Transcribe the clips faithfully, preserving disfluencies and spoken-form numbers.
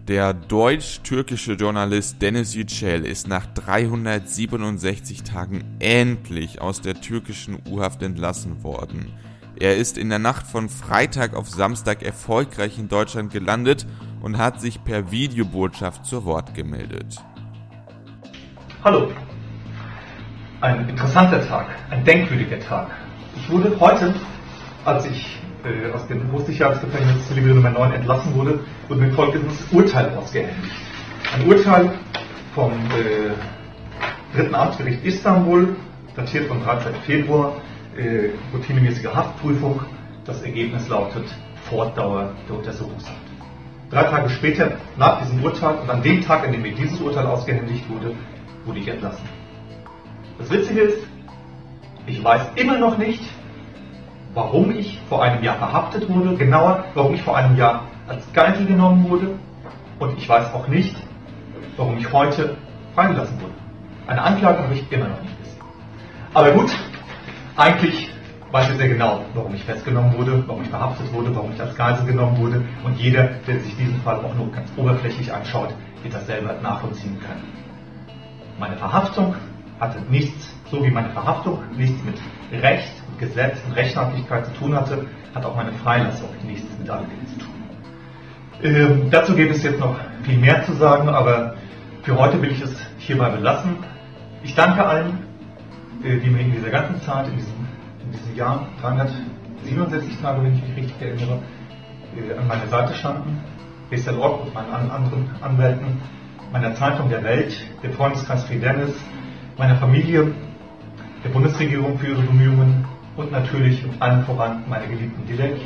Der deutsch-türkische Journalist Deniz Yücel ist nach dreihundertsiebenundsechzig Tagen endlich aus der türkischen U-Haft entlassen worden. Er ist in der Nacht von Freitag auf Samstag erfolgreich in Deutschland gelandet und hat sich per Videobotschaft zu Wort gemeldet. Hallo, ein interessanter Tag, ein denkwürdiger Tag. Ich wurde heute, als ich äh, aus dem Hochsicherheitsgefängnis Silivri Nummer neun entlassen wurde, wurde mir folgendes Urteil ausgehändigt. Ein Urteil vom äh, dritten Amtsgericht Istanbul, datiert vom dreizehnten Februar, äh, routinemäßige Haftprüfung. Das Ergebnis lautet Fortdauer der Untersuchungshaft. Drei Tage später, nach diesem Urteil und an dem Tag, an dem mir dieses Urteil ausgehändigt wurde, wurde ich entlassen. Das Witzige ist, ich weiß immer noch nicht, warum ich vor einem Jahr verhaftet wurde, genauer, warum ich vor einem Jahr als Geisel genommen wurde, und ich weiß auch nicht, warum ich heute freigelassen wurde. Eine Anklage habe ich immer noch nicht gesehen. Aber gut, eigentlich weiß ich sehr genau, warum ich festgenommen wurde, warum ich verhaftet wurde, warum ich als Geisel genommen wurde, und jeder, der sich diesen Fall auch nur ganz oberflächlich anschaut, wird das selber nachvollziehen können. Meine Verhaftung hatte nichts, so wie meine Verhaftung nichts mit Recht und Gesetz und Rechtsstaatlichkeit zu tun hatte, hat auch meine Freilassung nichts mit all dem zu tun. Ähm, dazu gibt es jetzt noch viel mehr zu sagen, aber für heute will ich es hierbei belassen. Ich danke allen, äh, die mir in dieser ganzen Zeit, in diesem, in diesem Jahr, dreihundertsiebenundsechzig Tage, wenn ich mich richtig erinnere, äh, an meiner Seite standen, Faisal Ock und meinen anderen Anwälten, meiner Zeitung Der Welt, dem Freundeskreis Fidelis, meiner Familie, der Bundesregierung für ihre Bemühungen und natürlich und allen voran meiner geliebten Dilek.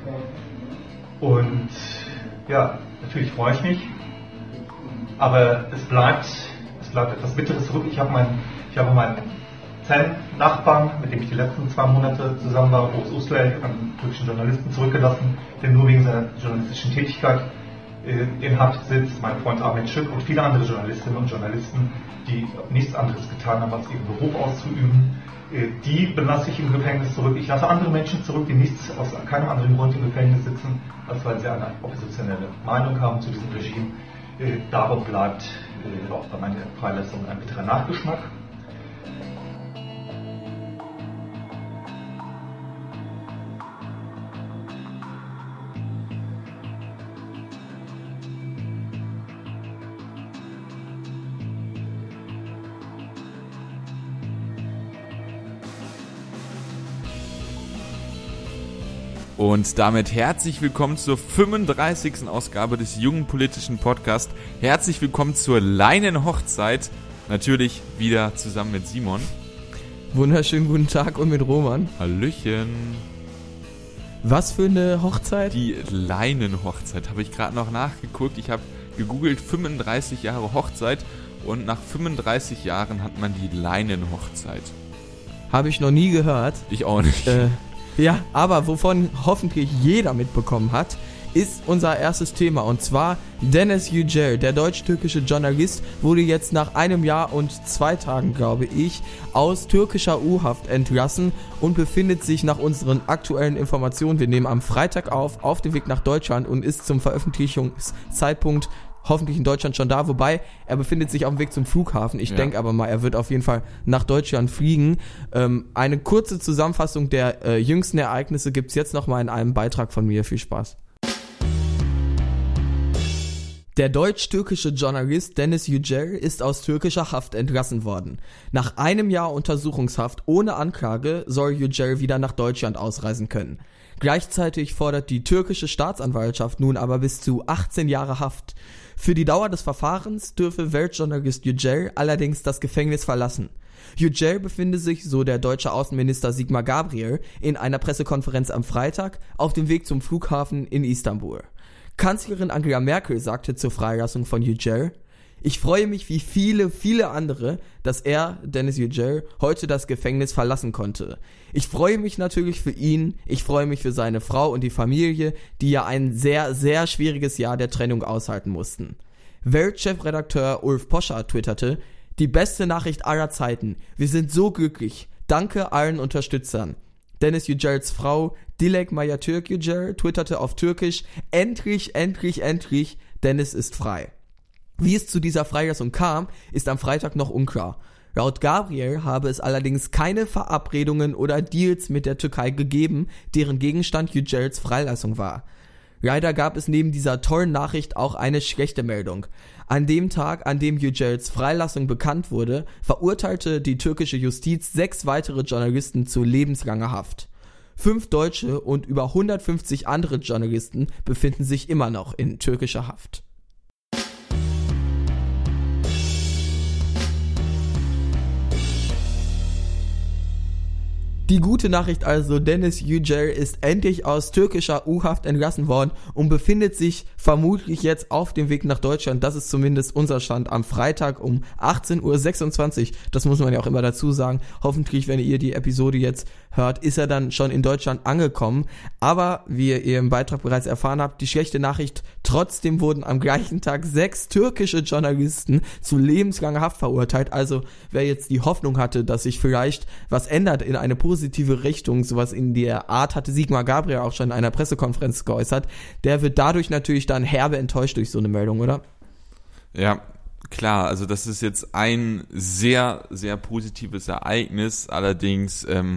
Und ja, natürlich freue ich mich, aber es bleibt, es bleibt etwas Bitteres zurück. Ich habe meinen, ich habe meinen Zen-Nachbarn, mit dem ich die letzten zwei Monate zusammen war, Boris Uslay, einen türkischen Journalisten, zurückgelassen, der nur wegen seiner journalistischen Tätigkeit in Haft sitzt, mein Freund Ahmet Schück und viele andere Journalistinnen und Journalisten, die nichts anderes getan haben, als ihren Beruf auszuüben. Die belasse ich im Gefängnis zurück. Ich lasse andere Menschen zurück, die nichts aus keinem anderen Grund im Gefängnis sitzen, als weil sie eine oppositionelle Meinung haben zu diesem Regime. Darum bleibt auch bei meiner Freilassung ein bitterer Nachgeschmack. Und damit herzlich willkommen zur fünfunddreißigsten Ausgabe des Jungen Politischen Podcasts. Herzlich willkommen zur Leinenhochzeit. Natürlich wieder zusammen mit Simon. Wunderschönen guten Tag und mit Roman. Hallöchen. Was für eine Hochzeit? Die Leinenhochzeit. Habe ich gerade noch nachgeguckt. Ich habe gegoogelt fünfunddreißig Jahre Hochzeit und nach fünfunddreißig Jahren hat man die Leinenhochzeit. Habe ich noch nie gehört. Ich auch nicht. Äh, Ja, aber wovon hoffentlich jeder mitbekommen hat, ist unser erstes Thema, und zwar Deniz Yücel, der deutsch-türkische Journalist, wurde jetzt nach einem Jahr und zwei Tagen, glaube ich, aus türkischer U-Haft entlassen und befindet sich nach unseren aktuellen Informationen, wir nehmen am Freitag auf, auf dem Weg nach Deutschland und ist zum Veröffentlichungszeitpunkt hoffentlich in Deutschland schon da, wobei er befindet sich auf dem Weg zum Flughafen. Ich ja. denke aber mal, er wird auf jeden Fall nach Deutschland fliegen. Ähm, eine kurze Zusammenfassung der äh, jüngsten Ereignisse gibt's jetzt nochmal in einem Beitrag von mir. Viel Spaß. Der deutsch-türkische Journalist Deniz Yücel ist aus türkischer Haft entlassen worden. Nach einem Jahr Untersuchungshaft ohne Anklage soll Yücel wieder nach Deutschland ausreisen können. Gleichzeitig fordert die türkische Staatsanwaltschaft nun aber bis zu achtzehn Jahre Haft. Für die Dauer des Verfahrens dürfe Weltjournalist Yücel allerdings das Gefängnis verlassen. Yücel befinde sich, so der deutsche Außenminister Sigmar Gabriel, in einer Pressekonferenz am Freitag auf dem Weg zum Flughafen in Istanbul. Kanzlerin Angela Merkel sagte zur Freilassung von Yücel: Ich freue mich wie viele, viele andere, dass er, Deniz Yücel, heute das Gefängnis verlassen konnte. Ich freue mich natürlich für ihn, ich freue mich für seine Frau und die Familie, die ja ein sehr, sehr schwieriges Jahr der Trennung aushalten mussten. Weltchefredakteur Ulf Poschardt twitterte: Die beste Nachricht aller Zeiten, wir sind so glücklich, danke allen Unterstützern. Deniz Yücel's Frau Dilek Mayatürk Yücel twitterte auf Türkisch: Endlich, endlich, endlich, Dennis ist frei. Wie es zu dieser Freilassung kam, ist am Freitag noch unklar. Laut Gabriel habe es allerdings keine Verabredungen oder Deals mit der Türkei gegeben, deren Gegenstand Yücel's Freilassung war. Leider gab es neben dieser tollen Nachricht auch eine schlechte Meldung. An dem Tag, an dem Yücel's Freilassung bekannt wurde, verurteilte die türkische Justiz sechs weitere Journalisten zu lebenslanger Haft. Fünf Deutsche und über hundertfünfzig andere Journalisten befinden sich immer noch in türkischer Haft. Die gute Nachricht also, Deniz Yücel ist endlich aus türkischer U-Haft entlassen worden und befindet sich vermutlich jetzt auf dem Weg nach Deutschland. Das ist zumindest unser Stand am Freitag um achtzehn Uhr sechsundzwanzig. Das muss man ja auch immer dazu sagen. Hoffentlich, wenn ihr die Episode jetzt hört, ist er dann schon in Deutschland angekommen. Aber, wie ihr im Beitrag bereits erfahren habt, die schlechte Nachricht, trotzdem wurden am gleichen Tag sechs türkische Journalisten zu lebenslanger Haft verurteilt. Also, wer jetzt die Hoffnung hatte, dass sich vielleicht was ändert in eine positive Richtung, sowas in der Art hatte Sigmar Gabriel auch schon in einer Pressekonferenz geäußert, der wird dadurch natürlich dann herbe enttäuscht durch so eine Meldung, oder? Ja, klar, also das ist jetzt ein sehr, sehr positives Ereignis, allerdings, ähm,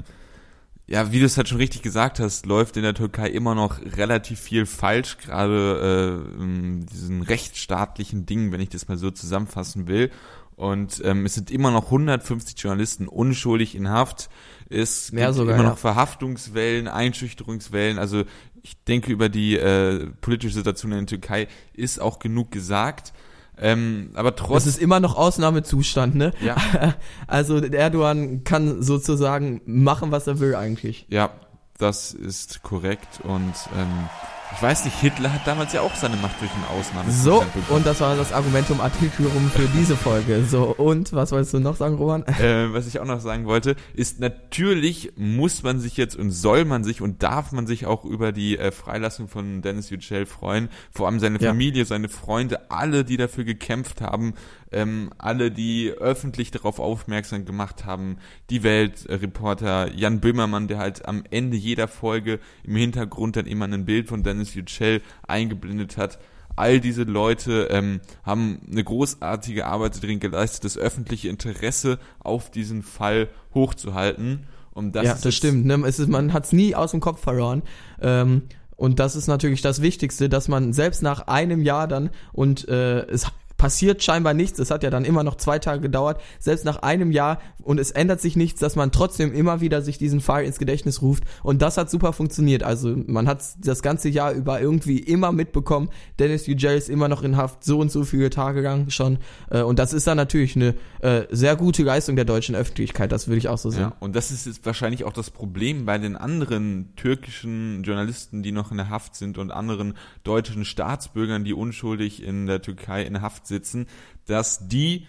ja, wie du es halt schon richtig gesagt hast, läuft in der Türkei immer noch relativ viel falsch, gerade äh, in diesen rechtsstaatlichen Dingen, wenn ich das mal so zusammenfassen will. Und ähm, es sind immer noch hundertfünfzig Journalisten unschuldig in Haft. Es Mehr gibt sogar, immer ja. noch Verhaftungswellen, Einschüchterungswellen. Also ich denke, über die äh, politische Situation in der Türkei ist auch genug gesagt. Ähm, aber trotzdem. Das ist immer noch Ausnahmezustand, ne? Ja. Also Erdogan kann sozusagen machen, was er will eigentlich. Ja, das ist korrekt. Und ähm, ich weiß nicht, Hitler hat damals ja auch seine Macht durch einen Ausnahmezustand So, bekommen. und das war das Argumentum Articulum für diese Folge. So, und was wolltest du noch sagen, Roman? Äh, was ich auch noch sagen wollte, ist natürlich muss man sich jetzt und soll man sich und darf man sich auch über die äh, Freilassung von Deniz Yücel freuen. Vor allem seine Ja. Familie, seine Freunde, alle, die dafür gekämpft haben, ähm, alle, die öffentlich darauf aufmerksam gemacht haben, die Weltreporter, Jan Böhmermann, der halt am Ende jeder Folge im Hintergrund dann immer ein Bild von Deniz Yücel eingeblendet hat. All diese Leute ähm, haben eine großartige Arbeit darin geleistet, das öffentliche Interesse auf diesen Fall hochzuhalten. Und das ja, ist das stimmt. Ne? Es ist, man hat es nie aus dem Kopf verloren. Ähm, und das ist natürlich das Wichtigste, dass man selbst nach einem Jahr dann und äh, es passiert scheinbar nichts, es hat ja dann immer noch zwei Tage gedauert, selbst nach einem Jahr und es ändert sich nichts, dass man trotzdem immer wieder sich diesen Fall ins Gedächtnis ruft und das hat super funktioniert, also man hat das ganze Jahr über irgendwie immer mitbekommen, Deniz Yücel ist immer noch in Haft, so und so viele Tage lang schon äh, und das ist dann natürlich eine äh, sehr gute Leistung der deutschen Öffentlichkeit, das würde ich auch so sehen. Ja, und das ist jetzt wahrscheinlich auch das Problem bei den anderen türkischen Journalisten, die noch in der Haft sind und anderen deutschen Staatsbürgern, die unschuldig in der Türkei in Haft sitzen, dass die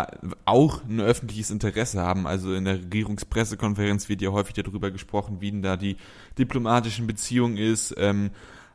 auch ein öffentliches Interesse haben. Also in der Regierungspressekonferenz wird ja häufig darüber gesprochen, wie denn da die diplomatischen Beziehungen ist. Ähm,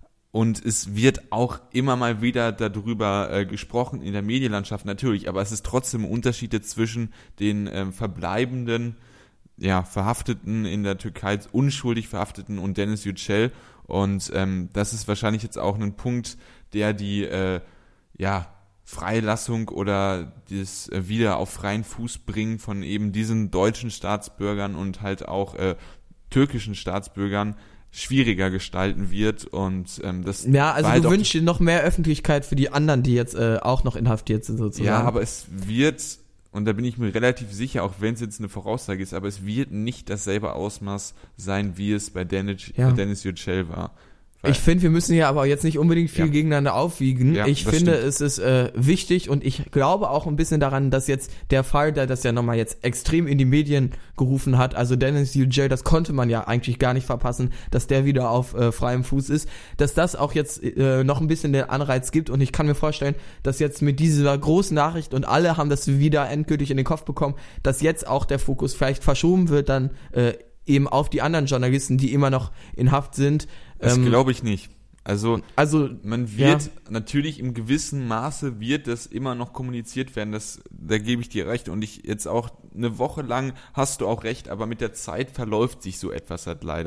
und es wird auch immer mal wieder darüber äh, gesprochen in der Medienlandschaft natürlich, aber es ist trotzdem Unterschiede zwischen den ähm, verbleibenden ja, Verhafteten in der Türkei, unschuldig Verhafteten und Deniz Yücel. Und ähm, das ist wahrscheinlich jetzt auch ein Punkt, der die äh, ja Freilassung oder das äh, wieder auf freien Fuß bringen von eben diesen deutschen Staatsbürgern und halt auch äh, türkischen Staatsbürgern schwieriger gestalten wird und ähm, das Ja, also halt du auch wünschst dir noch mehr Öffentlichkeit für die anderen, die jetzt äh, auch noch inhaftiert sind sozusagen. ja, aber es wird, und da bin ich mir relativ sicher, auch wenn es jetzt eine Voraussage ist, aber es wird nicht dasselbe Ausmaß sein, wie es bei Deniz, Ja. bei Deniz Yücel war. Weil- Ich finde, wir müssen hier aber jetzt nicht unbedingt viel Ja. gegeneinander aufwiegen. Ja, ich das finde, stimmt. es ist äh, wichtig und ich glaube auch ein bisschen daran, dass jetzt der Fall, der das ja nochmal jetzt extrem in die Medien gerufen hat, also Deniz Yücel, das konnte man ja eigentlich gar nicht verpassen, dass der wieder auf äh, freiem Fuß ist, dass das auch jetzt äh, noch ein bisschen den Anreiz gibt und ich kann mir vorstellen, dass jetzt mit dieser großen Nachricht und alle haben das wieder endgültig in den Kopf bekommen, dass jetzt auch der Fokus vielleicht verschoben wird dann äh, eben auf die anderen Journalisten, die immer noch in Haft sind. Das Ähm, glaube ich nicht. Also Also man wird ja. natürlich im gewissen Maße wird das immer noch kommuniziert werden, das, da gebe ich dir recht und ich jetzt auch eine Woche lang hast du auch recht, aber mit der Zeit verläuft sich so etwas halt leider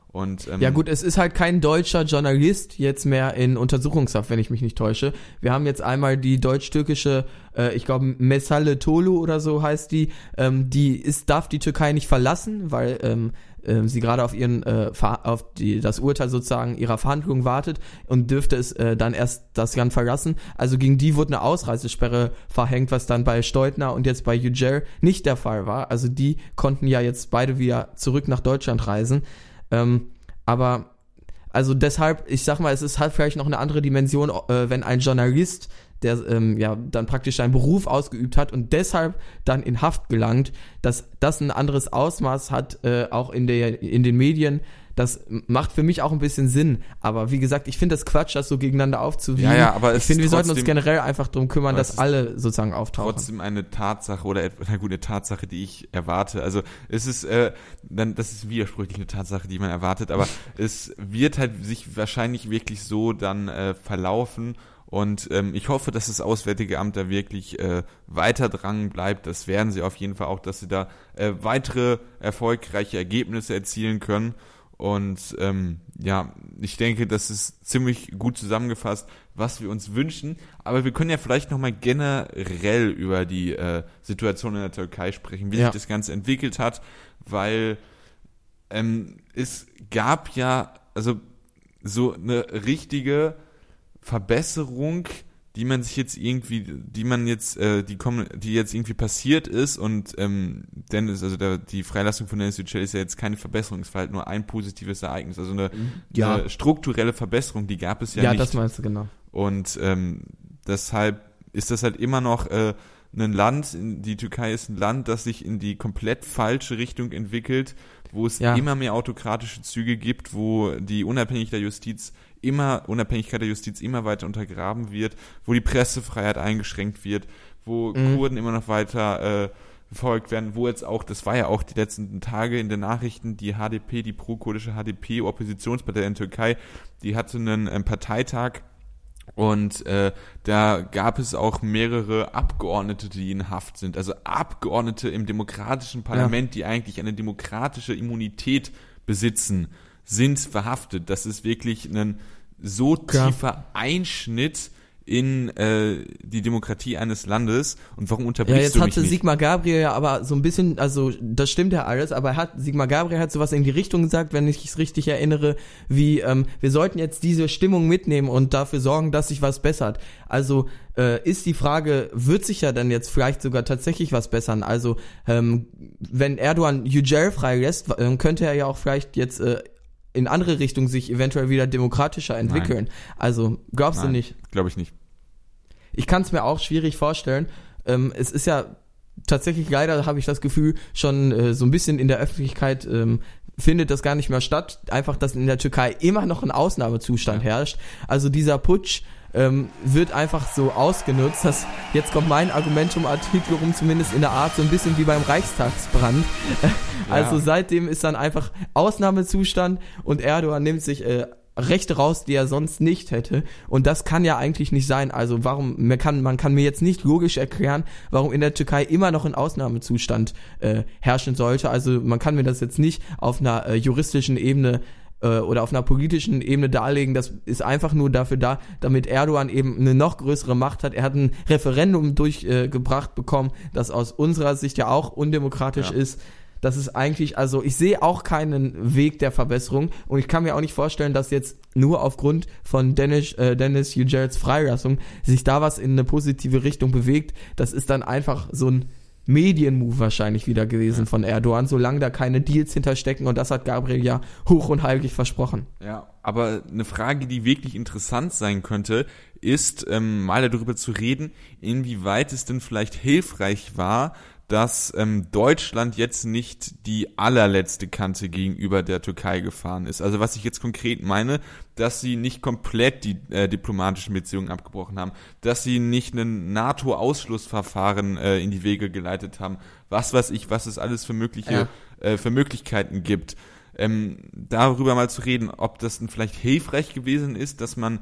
Und, ähm, ja gut, es ist halt kein deutscher Journalist jetzt mehr in Untersuchungshaft, wenn ich mich nicht täusche. Wir haben jetzt einmal die deutsch-türkische, äh, ich glaube Mesale Tolu oder so heißt die, ähm, die ist, darf die Türkei nicht verlassen, weil ähm, äh, sie gerade auf ihren äh, auf die das Urteil sozusagen ihrer Verhandlung wartet und dürfte es äh, dann erst das Land verlassen. Also gegen die wurde eine Ausreisesperre verhängt, was dann bei Steutner und jetzt bei Yücel nicht der Fall war. Also die konnten ja jetzt beide wieder zurück nach Deutschland reisen. Ähm, aber also deshalb, ich sag mal, es ist halt vielleicht noch eine andere Dimension, äh, wenn ein Journalist, der ähm, ja dann praktisch seinen Beruf ausgeübt hat und deshalb dann in Haft gelangt, dass das ein anderes Ausmaß hat, äh, auch in der in den Medien. Das macht für mich auch ein bisschen Sinn. Aber wie gesagt, ich finde das Quatsch, das so gegeneinander aufzuwiegen. Ja, ja, aber ich es finde, wir ist sollten uns trotzdem- generell einfach darum kümmern, aber es dass ist alle sozusagen auftauchen. trotzdem eine Tatsache oder et- na gut, eine Tatsache, die ich erwarte. Also es ist äh, dann das ist widersprüchlich eine Tatsache, die man erwartet, aber es wird halt sich wahrscheinlich wirklich so dann äh, verlaufen. Und ähm, ich hoffe, dass das Auswärtige Amt da wirklich äh, weiter dran bleibt. Das werden sie auf jeden Fall auch, dass sie da äh, weitere erfolgreiche Ergebnisse erzielen können. Und ähm, ja, ich denke, das ist ziemlich gut zusammengefasst, was wir uns wünschen. Aber wir können ja vielleicht nochmal generell über die äh, Situation in der Türkei sprechen, wie Ja. sich das Ganze entwickelt hat, weil ähm, es gab ja also so eine richtige Verbesserung, die man sich jetzt irgendwie, die man jetzt, äh, die kommen, die jetzt irgendwie passiert ist und ähm, Dennis, also der, die Freilassung von Dennis Yücel ist ja jetzt keine Verbesserungsfall, nur ein positives Ereignis, also eine, Ja. eine strukturelle Verbesserung, die gab es ja, ja, nicht. das meinst du genau. Und ähm, deshalb ist das halt immer noch äh, ein Land, die Türkei ist ein Land, das sich in die komplett falsche Richtung entwickelt, wo es Ja. immer mehr autokratische Züge gibt, wo die Unabhängigkeit der Justiz immer, Unabhängigkeit der Justiz immer weiter untergraben wird, wo die Pressefreiheit eingeschränkt wird, wo Mhm. Kurden immer noch weiter äh, verfolgt werden, wo jetzt auch, das war ja auch die letzten Tage in den Nachrichten, die H D P, die pro-kurdische H D P, Oppositionspartei in der Türkei, die hatte einen ähm, Parteitag und äh, da gab es auch mehrere Abgeordnete, die in Haft sind. Also Abgeordnete im demokratischen Parlament, die eigentlich eine demokratische Immunität besitzen, sind verhaftet. Das ist wirklich ein so Ja. tiefer Einschnitt in äh, die Demokratie eines Landes. Und warum Ja, unterbrichst jetzt du mich hatte nicht? Sigmar Gabriel ja aber so ein bisschen, also das stimmt ja alles, aber er hat, Sigmar Gabriel hat sowas in die Richtung gesagt, wenn ich es richtig erinnere, wie ähm, wir sollten jetzt diese Stimmung mitnehmen und dafür sorgen, dass sich was bessert. Also äh, ist die Frage, wird sich ja dann jetzt vielleicht sogar tatsächlich was bessern? Also ähm, wenn Erdogan Yücel freilässt, dann könnte er ja auch vielleicht jetzt äh, in andere Richtungen sich eventuell wieder demokratischer entwickeln. Also glaubst du Nein, nicht? glaube ich nicht. Ich kann es mir auch schwierig vorstellen. Ähm, es ist ja tatsächlich leider, habe ich das Gefühl, schon äh, so ein bisschen in der Öffentlichkeit ähm, findet das gar nicht mehr statt. Einfach, dass in der Türkei immer noch ein Ausnahmezustand Ja. herrscht. Also dieser Putsch ähm, wird einfach so ausgenutzt, dass jetzt kommt mein Argumentum ad Hitlerum zumindest in der Art so ein bisschen wie beim Reichstagsbrand. Also Ja. seitdem ist dann einfach Ausnahmezustand und Erdogan nimmt sich äh, Rechte raus, die er sonst nicht hätte. Und das kann ja eigentlich nicht sein. Also warum, man kann, man kann mir jetzt nicht logisch erklären, warum in der Türkei immer noch ein Ausnahmezustand äh, herrschen sollte. Also man kann mir das jetzt nicht auf einer äh, juristischen Ebene äh, oder auf einer politischen Ebene darlegen. Das ist einfach nur dafür da, damit Erdogan eben eine noch größere Macht hat. Er hat ein Referendum durchgebracht äh, gebracht bekommen, das aus unserer Sicht ja auch undemokratisch Ja. ist. Das ist eigentlich, also ich sehe auch keinen Weg der Verbesserung und ich kann mir auch nicht vorstellen, dass jetzt nur aufgrund von Dennis, äh, Dennis Yücel's Freilassung sich da was in eine positive Richtung bewegt. Das ist dann einfach so ein Medienmove wahrscheinlich wieder gewesen Ja. von Erdogan, solange da keine Deals hinterstecken und das hat Gabriel ja hoch und heilig versprochen. Ja, aber eine Frage, die wirklich interessant sein könnte, ist, ähm, mal darüber zu reden, inwieweit es denn vielleicht hilfreich war, dass ähm, Deutschland jetzt nicht die allerletzte Kante gegenüber der Türkei gefahren ist. Also was ich jetzt konkret meine, dass sie nicht komplett die äh, diplomatischen Beziehungen abgebrochen haben, dass sie nicht ein NATO-Ausschlussverfahren äh, in die Wege geleitet haben, was weiß ich, was es alles für mögliche Ja. äh, für Möglichkeiten gibt. Ähm, darüber mal zu reden, ob das denn vielleicht hilfreich gewesen ist, dass man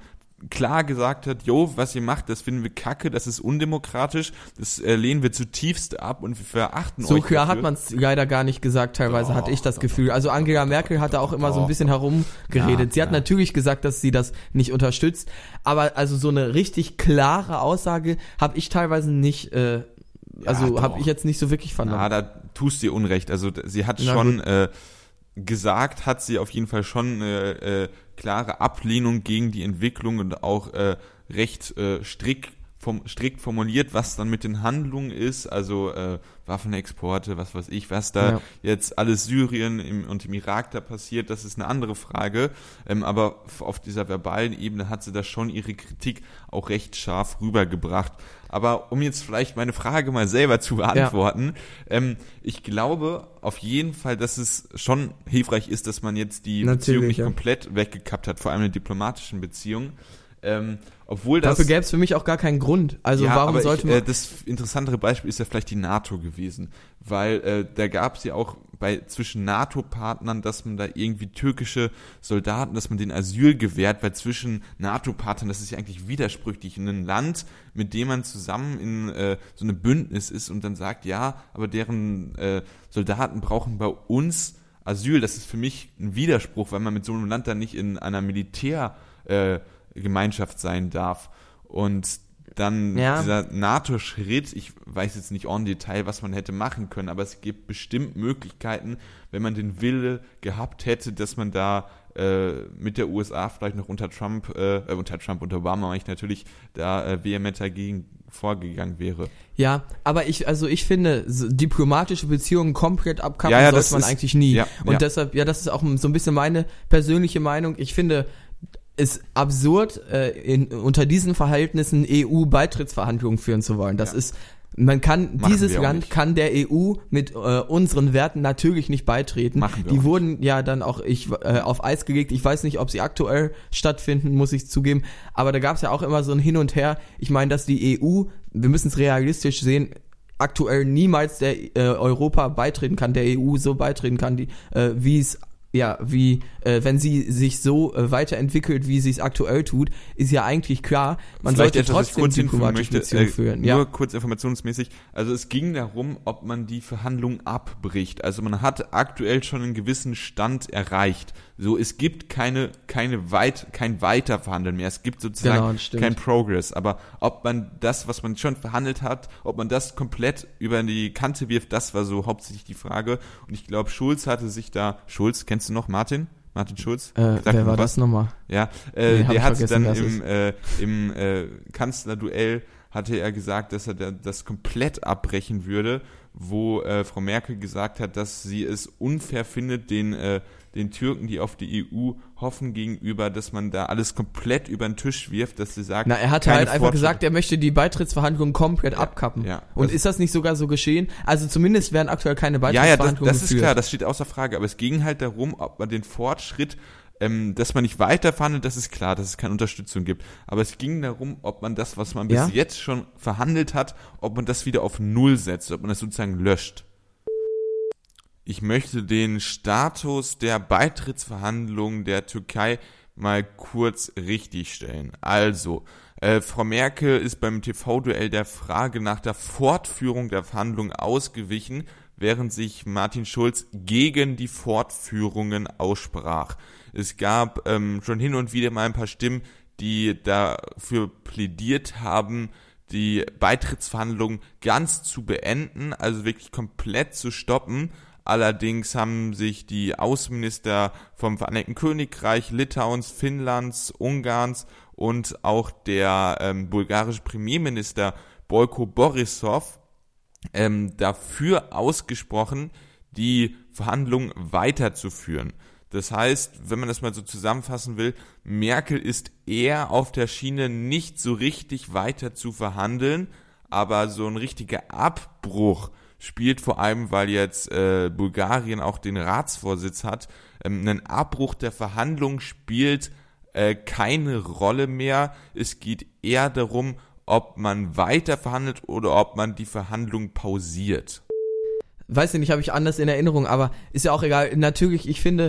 klar gesagt hat, jo, was ihr macht, das finden wir kacke, das ist undemokratisch, das äh, lehnen wir zutiefst ab und wir verachten so euch So klar dafür. hat man es leider gar nicht gesagt, teilweise Doch, hatte ich das doch, Gefühl. Also Angela Merkel hat da auch immer doch, so ein bisschen herumgeredet. Ja, sie hat ja. natürlich gesagt, dass sie das nicht unterstützt, aber also so eine richtig klare Aussage habe ich teilweise nicht, äh, also Ja, habe doch. ich jetzt nicht so wirklich vernommen. Ja, da tust du ihr Unrecht. Also d- sie hat Na schon gut. äh, gesagt, hat sie auf jeden Fall schon eine äh, klare Ablehnung gegen die Entwicklung und auch äh, recht äh, strikt, vom, strikt formuliert, was dann mit den Handlungen ist, also äh, Waffenexporte, was weiß ich, was da Ja. jetzt alles Syrien im, und im Irak da passiert, das ist eine andere Frage, ähm, aber f- auf dieser verbalen Ebene hat sie da schon ihre Kritik auch recht scharf rübergebracht. Aber um jetzt vielleicht meine Frage mal selber zu beantworten, ja. ähm, ich glaube auf jeden Fall, dass es schon hilfreich ist, dass man jetzt die Natürlich, Beziehung nicht ja. komplett weggekappt hat, vor allem in diplomatischen Beziehungen. Ähm, obwohl das Dafür gäbe es für mich auch gar keinen Grund. Also ja, warum aber sollte ich, man... äh, das interessantere Beispiel ist ja vielleicht die NATO gewesen, weil äh, da gab es ja auch bei zwischen NATO-Partnern, dass man da irgendwie türkische Soldaten, dass man denen Asyl gewährt, weil zwischen NATO-Partnern, das ist ja eigentlich widersprüchlich, in ein Land, mit dem man zusammen in äh, so eine Bündnis ist und dann sagt, ja, aber deren äh, Soldaten brauchen bei uns Asyl, das ist für mich ein Widerspruch, weil man mit so einem Land dann nicht in einer Militär äh, Gemeinschaft sein darf. Und dann Ja. dieser NATO-Schritt, ich weiß jetzt nicht en Detail, was man hätte machen können, aber es gibt bestimmt Möglichkeiten, wenn man den Wille gehabt hätte, dass man da äh, mit der U S A vielleicht noch unter Trump, äh, äh, unter Trump, unter Obama, meine ich natürlich, da äh, vehementer gegen vorgegangen wäre. Ja, aber ich, also ich finde, so diplomatische Beziehungen komplett abkappen Ja, ja, sollte das man ist- eigentlich nie. ja, Und ja. deshalb, ja, das ist auch so ein bisschen meine persönliche Meinung. Ich finde es absurd, äh, in, unter diesen Verhältnissen E U-Beitrittsverhandlungen führen zu wollen. Das Ja. ist, man kann, Machen dieses wir auch Land nicht. kann der E U mit äh, unseren Werten natürlich nicht beitreten. Machen wir Die auch wurden ja dann auch ich, äh, auf Eis gelegt. Ich weiß nicht, ob sie aktuell stattfinden, muss ich zugeben. Aber da gab es ja auch immer so ein Hin und Her. Ich meine, dass die E U, wir müssen es realistisch sehen, aktuell niemals der äh, Europa beitreten kann, der E U so beitreten kann, die, äh, wie es ja, wie, äh, wenn sie sich so äh, weiterentwickelt, wie sie es aktuell tut, ist ja eigentlich klar, man Vielleicht sollte etwas, was ich trotzdem kurz hinfügen diplomatische möchte, Beziehungen äh, führen. Nur Ja, kurz informationsmäßig. Also es ging darum, ob man die Verhandlungen abbricht. Also man hat aktuell schon einen gewissen Stand erreicht. So, es gibt keine, keine weit, kein Weiterverhandeln mehr. Es gibt Genau, sozusagen das stimmt. kein Progress. Aber ob man das, was man schon verhandelt hat, ob man das komplett über die Kante wirft, das war so hauptsächlich die Frage. Und ich glaube, Schulz hatte sich da, Schulz, kennst du noch Martin? Martin Schulz? äh, Sag wer mir war was. das nochmal? Ja, äh, Nee, hab der ich hat vergessen, dann wer es im, äh, im äh, Kanzlerduell hatte er gesagt, dass er da, das komplett abbrechen würde, wo äh, Frau Merkel gesagt hat, dass sie es unfair findet, den äh, den Türken, die auf die E U hoffen, gegenüber, dass man da alles komplett über den Tisch wirft, dass sie sagt, Na, er hatte keine halt einfach Fortschritte. gesagt, er möchte die Beitrittsverhandlungen komplett abkappen. ja. Und Also- ist das nicht sogar so geschehen? Also zumindest werden aktuell keine Ja, ja, das, Beitrittsverhandlungen das ist geführt. klar, das steht außer Frage, aber es ging halt darum, ob man den Fortschritt, ähm, dass man nicht weiter verhandelt, das ist klar, dass es keine Unterstützung gibt, aber es ging darum, ob man das, was man bis Ja? jetzt schon verhandelt hat, ob man das wieder auf Null setzt, ob man das sozusagen löscht. Ich möchte den Status der Beitrittsverhandlungen der Türkei mal kurz richtigstellen. Also, äh, Frau Merkel ist beim T V-Duell der Frage nach der Fortführung der Verhandlungen ausgewichen, während sich Martin Schulz gegen die Fortführungen aussprach. Es gab ähm, schon hin und wieder mal ein paar Stimmen, die dafür plädiert haben, die Beitrittsverhandlungen ganz zu beenden, also wirklich komplett zu stoppen. Allerdings haben sich die Außenminister vom Vereinigten Königreich, Litauens, Finnlands, Ungarns und auch der ähm, bulgarische Premierminister Boyko Borisov ähm, dafür ausgesprochen, die Verhandlungen weiterzuführen. Das heißt, wenn man das mal so zusammenfassen will, Merkel ist eher auf der Schiene, nicht so richtig weiter zu verhandeln, aber so ein richtiger Abbruch spielt vor allem, weil jetzt äh, Bulgarien auch den Ratsvorsitz hat, ähm, ein Abbruch der Verhandlungen spielt äh, keine Rolle mehr. Es geht eher darum, ob man weiter verhandelt oder ob man die Verhandlung pausiert. Weiß ich nicht, habe ich anders in Erinnerung, aber ist ja auch egal. Natürlich, ich finde,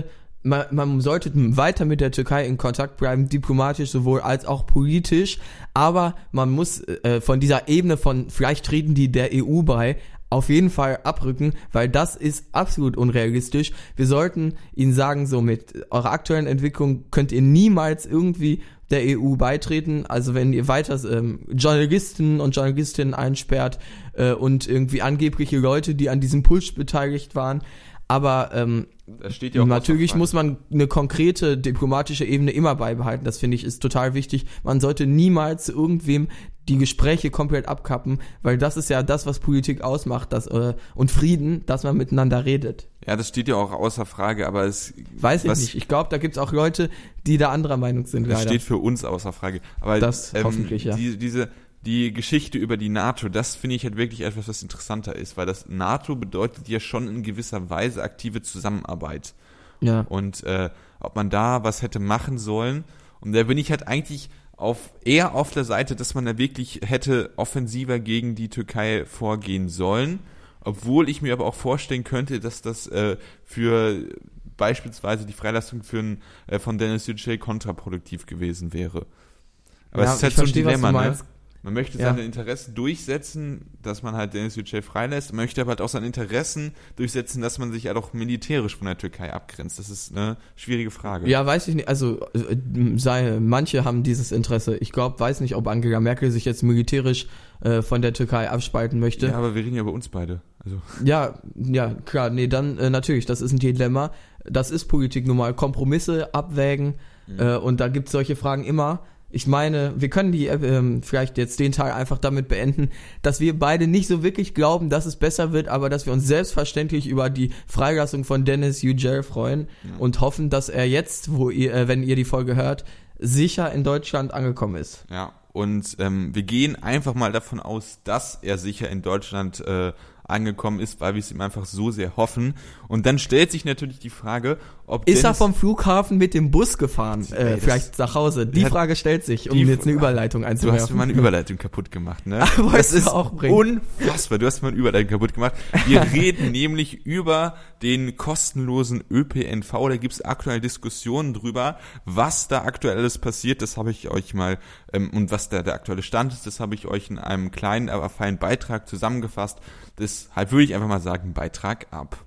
man, man sollte weiter mit der Türkei in Kontakt bleiben, diplomatisch sowohl als auch politisch, aber man muss äh, von dieser Ebene von vielleicht treten die der E U bei, auf jeden Fall abrücken, weil das ist absolut unrealistisch. Wir sollten ihnen sagen, so mit eurer aktuellen Entwicklung könnt ihr niemals irgendwie der E U beitreten. Also wenn ihr weiter ähm, Journalisten und Journalistinnen einsperrt äh, und irgendwie angebliche Leute, die an diesem Putsch beteiligt waren. Aber ähm, das steht ja auch natürlich muss man eine konkrete diplomatische Ebene immer beibehalten. Das finde ich ist total wichtig. Man sollte niemals irgendwem die Gespräche komplett abkappen, weil das ist ja das, was Politik ausmacht, das, äh, und Frieden, dass man miteinander redet. Ja, das steht ja auch außer Frage, aber es... Weiß ich was, nicht. Ich glaube, da gibt's auch Leute, die da anderer Meinung sind. Das leider. steht für uns außer Frage. Aber das ähm, hoffentlich, ja. Die, diese... Die Geschichte über die NATO, das finde ich halt wirklich etwas, was interessanter ist, weil das NATO bedeutet ja schon in gewisser Weise aktive Zusammenarbeit. Ja. Und äh, ob man da was hätte machen sollen. Und da bin ich halt eigentlich auf eher auf der Seite, dass man da wirklich hätte offensiver gegen die Türkei vorgehen sollen. Obwohl ich mir aber auch vorstellen könnte, dass das äh, für beispielsweise die Freilassung für ein, äh, von Deniz Yücel kontraproduktiv gewesen wäre. Aber ja, es ist halt ich so ein verstehe, Dilemma, was du ne? meinst. Man möchte Ja. seine Interessen durchsetzen, dass man halt Deniz Yücel freilässt, möchte aber halt auch seine Interessen durchsetzen, dass man sich halt auch militärisch von der Türkei abgrenzt. Das ist eine schwierige Frage. Ja, weiß ich nicht. Also äh, sei, manche haben dieses Interesse. Ich glaube, weiß nicht, ob Angela Merkel sich jetzt militärisch äh, von der Türkei abspalten möchte. Ja, aber wir reden ja über uns beide. Also. Ja, ja, klar. Nee, dann äh, natürlich, das ist ein Dilemma. Das ist Politik nun mal. Kompromisse abwägen Mhm. äh, und da gibt's solche Fragen immer. Ich meine, wir können die ähm, vielleicht jetzt den Teil einfach damit beenden, dass wir beide nicht so wirklich glauben, dass es besser wird, aber dass wir uns selbstverständlich über die Freilassung von Deniz Yücel freuen Ja. und hoffen, dass er jetzt, wo ihr, äh, wenn ihr die Folge hört, sicher in Deutschland angekommen ist. Ja, und ähm, wir gehen einfach mal davon aus, dass er sicher in Deutschland äh, angekommen ist, weil wir es ihm einfach so sehr hoffen. Und dann stellt sich natürlich die Frage, ob Ist Deniz, er vom Flughafen mit dem Bus gefahren, Ey, äh, das- vielleicht nach Hause? Die hat- Frage stellt sich, um die- jetzt eine Überleitung Du hast einzuwerfen. mir meine Überleitung kaputt gemacht, ne? Wolltest Das du ist auch bringen. unfassbar. Du hast meine Überleitung kaputt gemacht. Wir reden nämlich über den kostenlosen Ö P N V. Da gibt's aktuell Diskussionen drüber, was da aktuell alles passiert. Das habe ich euch mal, ähm, und was da der aktuelle Stand ist, das habe ich euch in einem kleinen, aber feinen Beitrag zusammengefasst. Deshalb würde ich einfach mal sagen, Beitrag ab.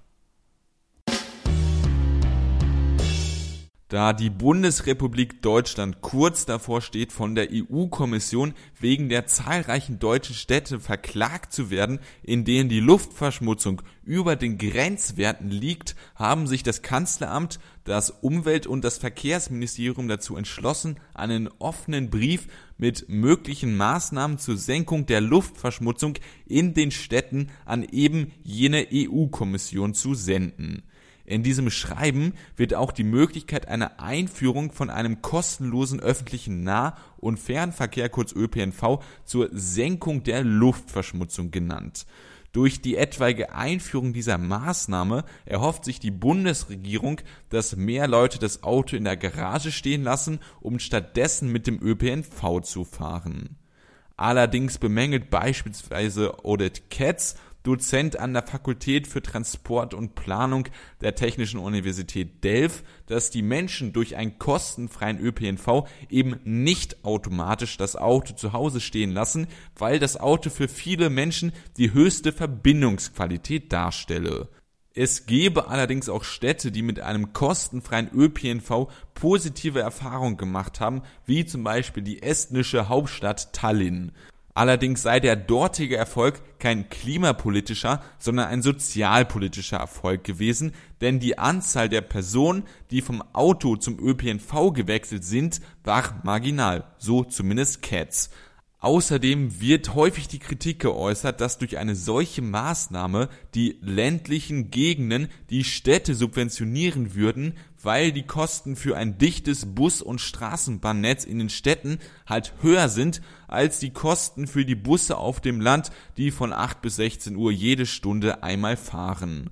Da die Bundesrepublik Deutschland kurz davor steht, von der E U-Kommission wegen der zahlreichen deutschen Städte verklagt zu werden, in denen die Luftverschmutzung über den Grenzwerten liegt, haben sich das Kanzleramt, das Umwelt- und das Verkehrsministerium dazu entschlossen, einen offenen Brief mit möglichen Maßnahmen zur Senkung der Luftverschmutzung in den Städten an eben jene E U-Kommission zu senden. In diesem Schreiben wird auch die Möglichkeit einer Einführung von einem kostenlosen öffentlichen Nah- und Fernverkehr, kurz Ö P N V, zur Senkung der Luftverschmutzung genannt. Durch die etwaige Einführung dieser Maßnahme erhofft sich die Bundesregierung, dass mehr Leute das Auto in der Garage stehen lassen, um stattdessen mit dem Ö P N V zu fahren. Allerdings bemängelt beispielsweise Oded Ketz, Dozent an der Fakultät für Transport und Planung der Technischen Universität Delft, dass die Menschen durch einen kostenfreien Ö P N V eben nicht automatisch das Auto zu Hause stehen lassen, weil das Auto für viele Menschen die höchste Verbindungsqualität darstelle. Es gebe allerdings auch Städte, die mit einem kostenfreien Ö P N V positive Erfahrungen gemacht haben, wie zum Beispiel die estnische Hauptstadt Tallinn. Allerdings sei der dortige Erfolg kein klimapolitischer, sondern ein sozialpolitischer Erfolg gewesen, denn die Anzahl der Personen, die vom Auto zum Ö P N V gewechselt sind, war marginal, so zumindest Ketz. Außerdem wird häufig die Kritik geäußert, dass durch eine solche Maßnahme die ländlichen Gegenden die Städte subventionieren würden, weil die Kosten für ein dichtes Bus- und Straßenbahnnetz in den Städten halt höher sind als die Kosten für die Busse auf dem Land, die von acht bis sechzehn Uhr jede Stunde einmal fahren.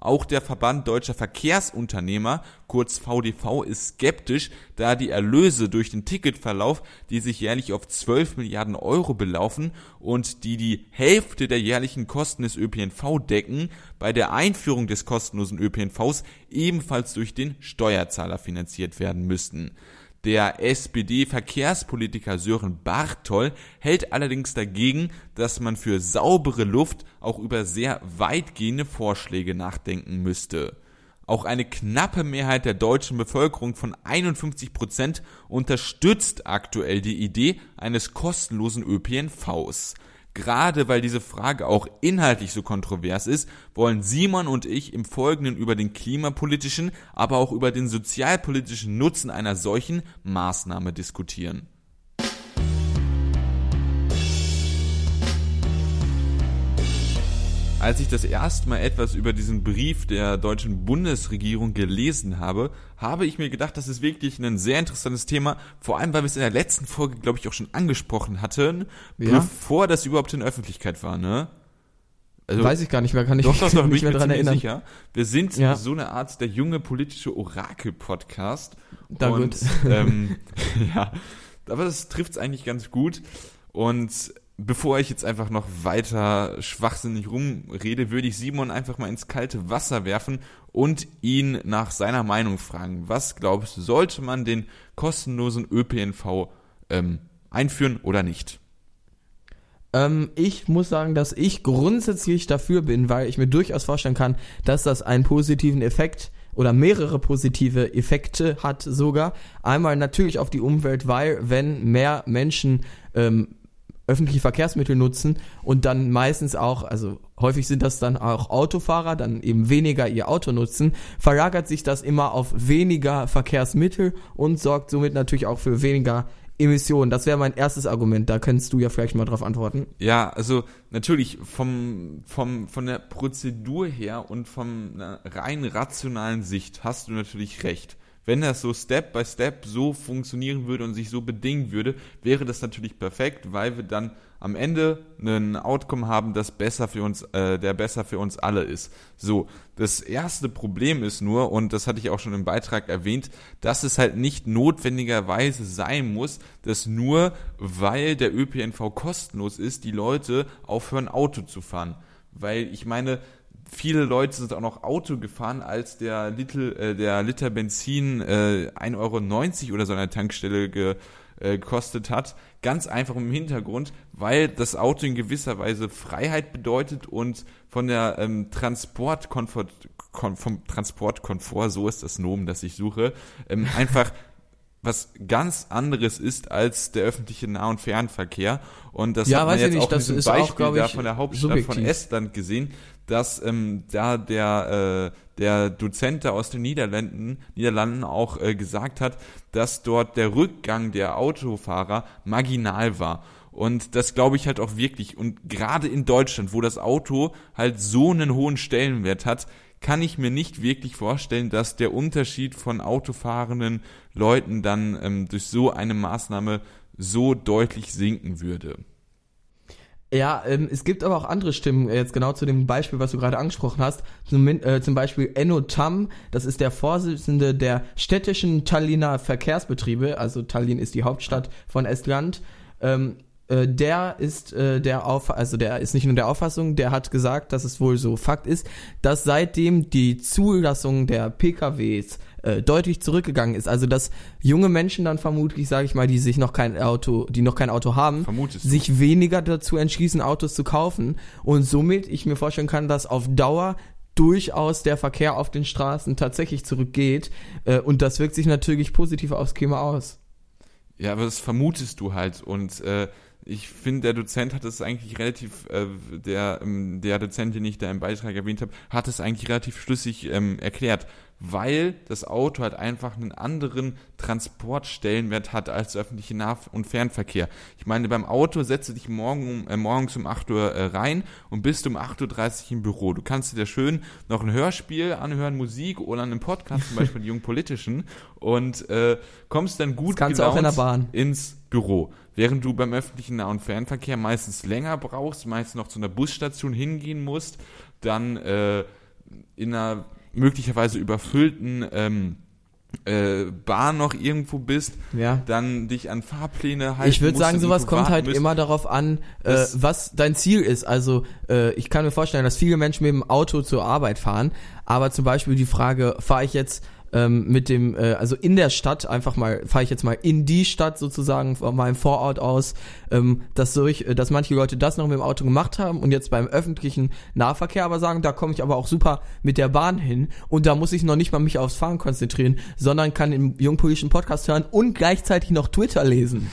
Auch der Verband Deutscher Verkehrsunternehmer, kurz V D V, ist skeptisch, da die Erlöse durch den Ticketverlauf, die sich jährlich auf zwölf Milliarden Euro belaufen und die die Hälfte der jährlichen Kosten des Ö P N V decken, bei der Einführung des kostenlosen Ö P N Vs ebenfalls durch den Steuerzahler finanziert werden müssten. Der S P D-Verkehrspolitiker Sören Bartol hält allerdings dagegen, dass man für saubere Luft auch über sehr weitgehende Vorschläge nachdenken müsste. Auch eine knappe Mehrheit der deutschen Bevölkerung von einundfünfzig Prozent unterstützt aktuell die Idee eines kostenlosen Ö P N Vs. Gerade weil diese Frage auch inhaltlich so kontrovers ist, wollen Simon und ich im Folgenden über den klimapolitischen, aber auch über den sozialpolitischen Nutzen einer solchen Maßnahme diskutieren. Als ich das erste Mal etwas über diesen Brief der deutschen Bundesregierung gelesen habe, habe ich mir gedacht, das ist wirklich ein sehr interessantes Thema, vor allem, weil wir es in der letzten Folge, glaube ich, auch schon angesprochen hatten, ja. bevor das überhaupt in der Öffentlichkeit war, ne? Also, weiß ich gar nicht mehr, kann ich doch, mich doch, doch, nicht mehr dran erinnern. Sicher. Wir sind ja. so eine Art der junge politische Orakel-Podcast. Da und, gut. Ähm, ja, aber das trifft es eigentlich ganz gut. Und bevor ich jetzt einfach noch weiter schwachsinnig rumrede, würde ich Simon einfach mal ins kalte Wasser werfen und ihn nach seiner Meinung fragen. Was glaubst du, sollte man den kostenlosen Ö P N V ähm, einführen oder nicht? Ähm, ich muss sagen, dass ich grundsätzlich dafür bin, weil ich mir durchaus vorstellen kann, dass das einen positiven Effekt oder mehrere positive Effekte hat sogar. Einmal natürlich auf die Umwelt, weil wenn mehr Menschen ähm, öffentliche Verkehrsmittel nutzen und dann meistens auch, also häufig sind das dann auch Autofahrer, dann eben weniger ihr Auto nutzen, verlagert sich das immer auf weniger Verkehrsmittel und sorgt somit natürlich auch für weniger Emissionen. Das wäre mein erstes Argument, da könntest du ja vielleicht mal drauf antworten. Ja, also natürlich vom, vom, von der Prozedur her und von einer rein rationalen Sicht hast du natürlich recht. Wenn das so Step by Step so funktionieren würde und sich so bedingen würde, wäre das natürlich perfekt, weil wir dann am Ende einen Outcome haben, das besser für uns, äh, der besser für uns alle ist. So, das erste Problem ist nur, und das hatte ich auch schon im Beitrag erwähnt, dass es halt nicht notwendigerweise sein muss, dass nur weil der Ö P N V kostenlos ist, die Leute aufhören, Auto zu fahren. Weil ich meine, viele Leute sind auch noch Auto gefahren, als der, Little, äh, der Liter Benzin äh, ein Euro neunzig oder so an der Tankstelle ge, äh, gekostet hat. Ganz einfach im Hintergrund, weil das Auto in gewisser Weise Freiheit bedeutet und von der ähm, Transportkomfort, kon, vom Transportkomfort, so ist das Nomen, das ich suche, ähm, einfach was ganz anderes ist als der öffentliche Nah- und Fernverkehr. Und das ja, hat man jetzt nicht, auch in diesem Beispiel auch, da ich, von der Hauptstadt subjektiv. von Estland gesehen, dass ähm, da der äh, der Dozent da aus den Niederlanden Niederlanden auch äh, gesagt hat, dass dort der Rückgang der Autofahrer marginal war. Und das glaube ich halt auch wirklich. Und gerade in Deutschland, wo das Auto halt so einen hohen Stellenwert hat, kann ich mir nicht wirklich vorstellen, dass der Unterschied von autofahrenden Leuten dann ähm, durch so eine Maßnahme so deutlich sinken würde. Ja, ähm, es gibt aber auch andere Stimmen, äh, jetzt genau zu dem Beispiel, was du gerade angesprochen hast. Zum, äh, zum Beispiel Enno Tamm, das ist der Vorsitzende der städtischen Tallinner Verkehrsbetriebe, also Tallinn ist die Hauptstadt von Estland. Ähm, äh, der ist äh, der auf, also der ist nicht nur der Auffassung, der hat gesagt, dass es wohl so Fakt ist, dass seitdem die Zulassung der P K Ws äh, deutlich zurückgegangen ist, also dass junge Menschen dann vermutlich, sage ich mal, die sich noch kein Auto, die noch kein Auto haben, Vermutest sich du? weniger dazu entschließen, Autos zu kaufen und somit ich mir vorstellen kann, dass auf Dauer durchaus der Verkehr auf den Straßen tatsächlich zurückgeht äh, und das wirkt sich natürlich positiv aufs Klima aus. Ja, aber das vermutest du halt und äh, ich finde, der Dozent hat es eigentlich relativ, äh, der ähm, der Dozent, den ich da im Beitrag erwähnt habe, hat es eigentlich relativ schlüssig ähm, erklärt, weil das Auto halt einfach einen anderen Transportstellenwert hat als der öffentliche Nah- und Fernverkehr. Ich meine, beim Auto setzt du dich morgen, äh, morgens um acht Uhr äh, rein und bist um acht Uhr dreißig im Büro. Du kannst dir schön noch ein Hörspiel anhören, Musik oder einen Podcast, zum Beispiel die Jungpolitischen, und äh, kommst dann gut gelaunt auch in der Bahn. ins Büro. Während du beim öffentlichen Nah- und Fernverkehr meistens länger brauchst, meistens noch zu einer Busstation hingehen musst, dann äh, in einer möglicherweise überfüllten ähm, äh, Bahn noch irgendwo bist, ja. dann dich an Fahrpläne halten Ich würde sagen, sowas kommt halt müsst. immer darauf an, äh, was dein Ziel ist. Also äh, ich kann mir vorstellen, dass viele Menschen mit dem Auto zur Arbeit fahren, aber zum Beispiel die Frage, fahre ich jetzt ähm, mit dem, äh, also in der Stadt, einfach mal, fahre ich jetzt mal in die Stadt sozusagen, von meinem Vorort aus, ähm, dass, durch, dass manche Leute das noch mit dem Auto gemacht haben und jetzt beim öffentlichen Nahverkehr aber sagen, da komme ich aber auch super mit der Bahn hin und da muss ich noch nicht mal mich aufs Fahren konzentrieren, sondern kann den jungpolitischen Podcast hören und gleichzeitig noch Twitter lesen.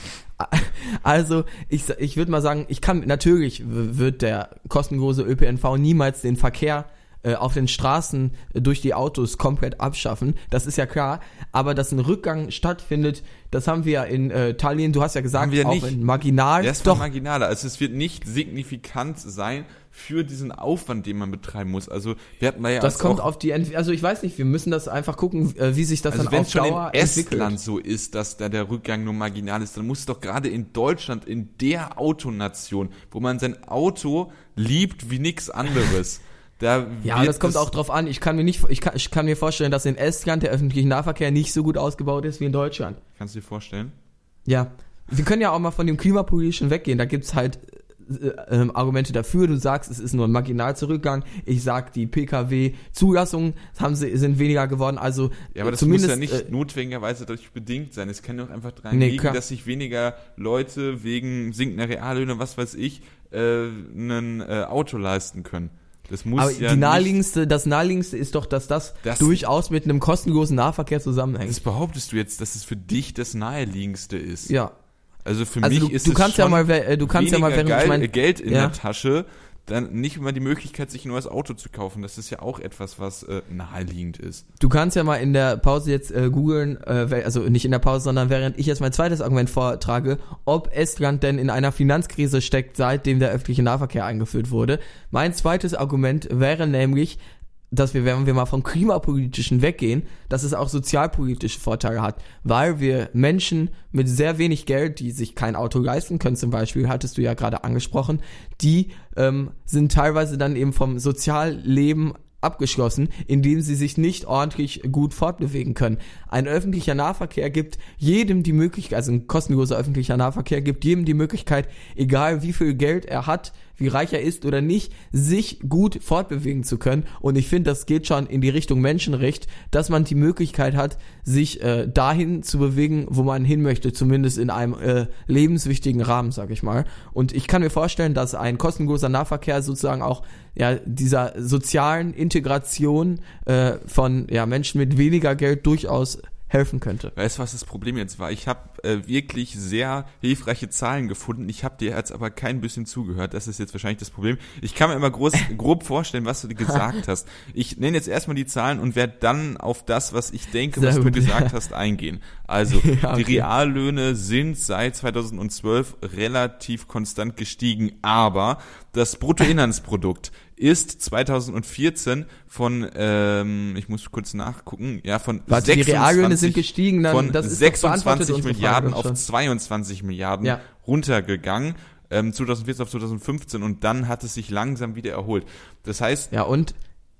Also ich, ich würde mal sagen, ich kann natürlich wird der kostenlose Ö P N V niemals den Verkehr äh, auf den Straßen äh, durch die Autos komplett abschaffen, das ist ja klar, aber dass ein Rückgang stattfindet, das haben wir ja in äh, Tallinn, du hast ja gesagt, auch nicht. in marginal. Das doch marginaler, also es wird nicht signifikant sein für diesen Aufwand, den man betreiben muss. Also wir hatten ja das kommt auf die, Ent- also ich weiß nicht, wir müssen das einfach gucken, äh, wie sich das also dann auf Dauer entwickelt. Wenn es schon in Estland so ist, dass da der Rückgang nur marginal ist, dann muss es doch gerade in Deutschland, in der Autonation, wo man sein Auto liebt wie nix anderes. Da ja, das kommt das auch drauf an. Ich kann mir nicht, ich kann, ich kann mir vorstellen, dass in Estland der öffentliche Nahverkehr nicht so gut ausgebaut ist wie in Deutschland. Kannst du dir vorstellen? Ja. Wir können ja auch mal von dem Klimapolitischen weggehen. Da gibt's halt äh, äh, Argumente dafür. Du sagst, es ist nur ein marginal Zurückgang. Ich sag, die P K W-Zulassungen haben sie, sind weniger geworden. Also ja, aber das zumindest, muss ja nicht äh, notwendigerweise dadurch bedingt sein. Es kann doch einfach daran nee, liegen, klar. dass sich weniger Leute wegen sinkender Reallöhne, was weiß ich, äh, ein äh, Auto leisten können. Das muss aber ja die naheliegendste, das naheliegendste ist doch, dass das, das durchaus mit einem kostenlosen Nahverkehr zusammenhängt. Das behauptest du jetzt, dass es für dich das naheliegendste ist? Ja. Also für also mich du, ist du es kannst schon ja mal, du kannst ja mal, während geil, ich mein, Geld in ja. der Tasche, dann nicht immer die Möglichkeit, sich ein neues Auto zu kaufen. Das ist ja auch etwas, was äh, naheliegend ist. Du kannst ja mal in der Pause jetzt äh, googeln, äh, also nicht in der Pause, sondern während ich jetzt mein zweites Argument vortrage, ob Estland denn in einer Finanzkrise steckt, seitdem der öffentliche Nahverkehr eingeführt wurde. Mein zweites Argument wäre nämlich, dass wir, wenn wir mal vom Klimapolitischen weggehen, dass es auch sozialpolitische Vorteile hat, weil wir Menschen mit sehr wenig Geld, die sich kein Auto leisten können zum Beispiel, hattest du ja gerade angesprochen, die ähm, sind teilweise dann eben vom Sozialleben abgeschlossen, indem sie sich nicht ordentlich gut fortbewegen können. Ein öffentlicher Nahverkehr gibt jedem die Möglichkeit, also ein kostenloser öffentlicher Nahverkehr gibt jedem die Möglichkeit, egal wie viel Geld er hat, wie reich er ist oder nicht, sich gut fortbewegen zu können. Und ich finde, das geht schon in die Richtung Menschenrecht, dass man die Möglichkeit hat, sich äh, dahin zu bewegen, wo man hin möchte, zumindest in einem äh, lebenswichtigen Rahmen, sag ich mal. Und ich kann mir vorstellen, dass ein kostenloser Nahverkehr sozusagen auch ja dieser sozialen Integration äh, von ja Menschen mit weniger Geld durchaus helfen könnte. Weißt du, was das Problem jetzt war? Ich habe äh, wirklich sehr hilfreiche Zahlen gefunden. Ich habe dir jetzt aber kein bisschen zugehört. Das ist jetzt wahrscheinlich das Problem. Ich kann mir immer groß, grob vorstellen, was du dir gesagt hast. Ich nenne jetzt erstmal die Zahlen und werde dann auf das, was ich denke, sehr was gut. du gesagt hast, eingehen. Also, ja, okay. Die Reallöhne sind seit zweitausendzwölf relativ konstant gestiegen, aber das Bruttoinlandsprodukt ist zweitausendvierzehn von, ähm, ich muss kurz nachgucken, ja, von was, sechsundzwanzig, die Reallöhne sind gestiegen, dann, von das ist sechsundzwanzig Milliarden auf zweiundzwanzig Milliarden ja. runtergegangen, ähm, zweitausendvierzehn auf zweitausendfünfzehn und dann hat es sich langsam wieder erholt. Das heißt... Ja, und